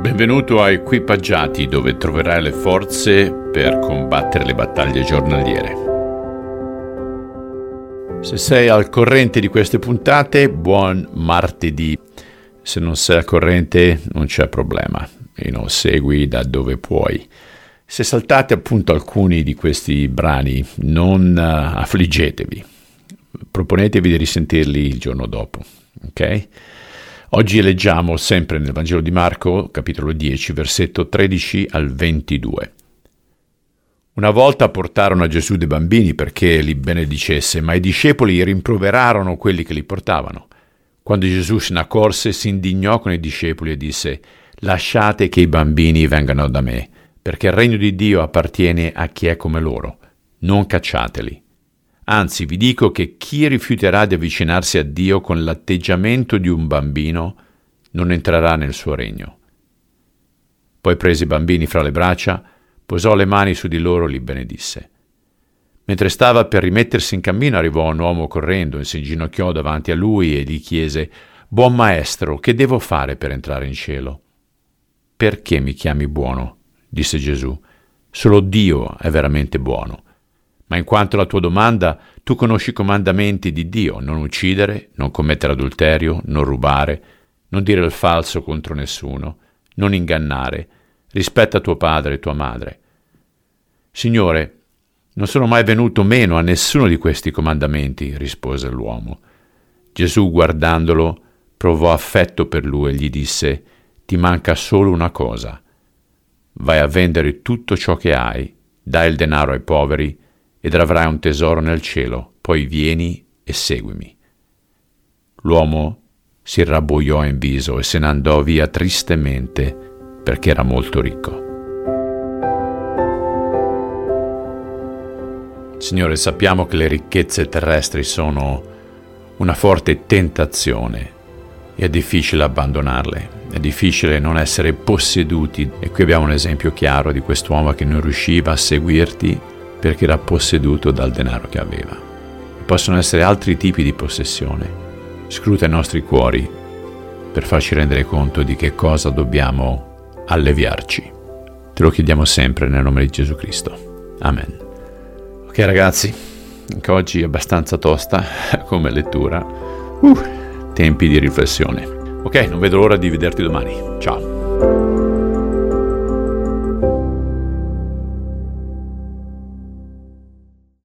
Benvenuto a Equipaggiati, dove troverai le forze per combattere le battaglie giornaliere. Se sei al corrente di queste puntate, buon martedì. Se non sei al corrente, non c'è problema e non segui da dove puoi. Se saltate appunto alcuni di questi brani, non affliggetevi. Proponetevi di risentirli il giorno dopo, ok? Oggi leggiamo sempre nel Vangelo di Marco, capitolo 10, versetto 13 al 22. Una volta portarono a Gesù dei bambini perché li benedicesse, ma i discepoli rimproverarono quelli che li portavano. Quando Gesù se ne accorse, si indignò con i discepoli e disse: «Lasciate che i bambini vengano da me, perché il regno di Dio appartiene a chi è come loro. Non cacciateli. Anzi, vi dico che chi rifiuterà di avvicinarsi a Dio con l'atteggiamento di un bambino non entrerà nel suo regno». Poi prese i bambini fra le braccia, posò le mani su di loro e li benedisse. Mentre stava per rimettersi in cammino, arrivò un uomo correndo e si inginocchiò davanti a lui e gli chiese: «Buon maestro, che devo fare per entrare in cielo?» «Perché mi chiami buono?» disse Gesù. «Solo Dio è veramente buono. Ma in quanto alla tua domanda, tu conosci i comandamenti di Dio: non uccidere, non commettere adulterio, non rubare, non dire il falso contro nessuno, non ingannare, rispetta tuo padre e tua madre». «Signore, non sono mai venuto meno a nessuno di questi comandamenti», rispose l'uomo. Gesù, guardandolo, provò affetto per lui e gli disse: «Ti manca solo una cosa. Vai a vendere tutto ciò che hai, dai il denaro ai poveri ed avrai un tesoro nel cielo, poi vieni e seguimi». L'uomo si rabbuiò in viso e se ne andò via tristemente perché era molto ricco. Signore, sappiamo che le ricchezze terrestri sono una forte tentazione e è difficile abbandonarle, è difficile non essere posseduti, e qui abbiamo un esempio chiaro di quest'uomo che non riusciva a seguirti perché era posseduto dal denaro che aveva. Possono essere altri tipi di possessione. Scruta i nostri cuori per farci rendere conto di che cosa dobbiamo alleviarci. Te lo chiediamo sempre nel nome di Gesù Cristo. Amen. Ok ragazzi, anche oggi è abbastanza tosta come lettura. Tempi di riflessione. Ok, non vedo l'ora di vederti domani. Ciao.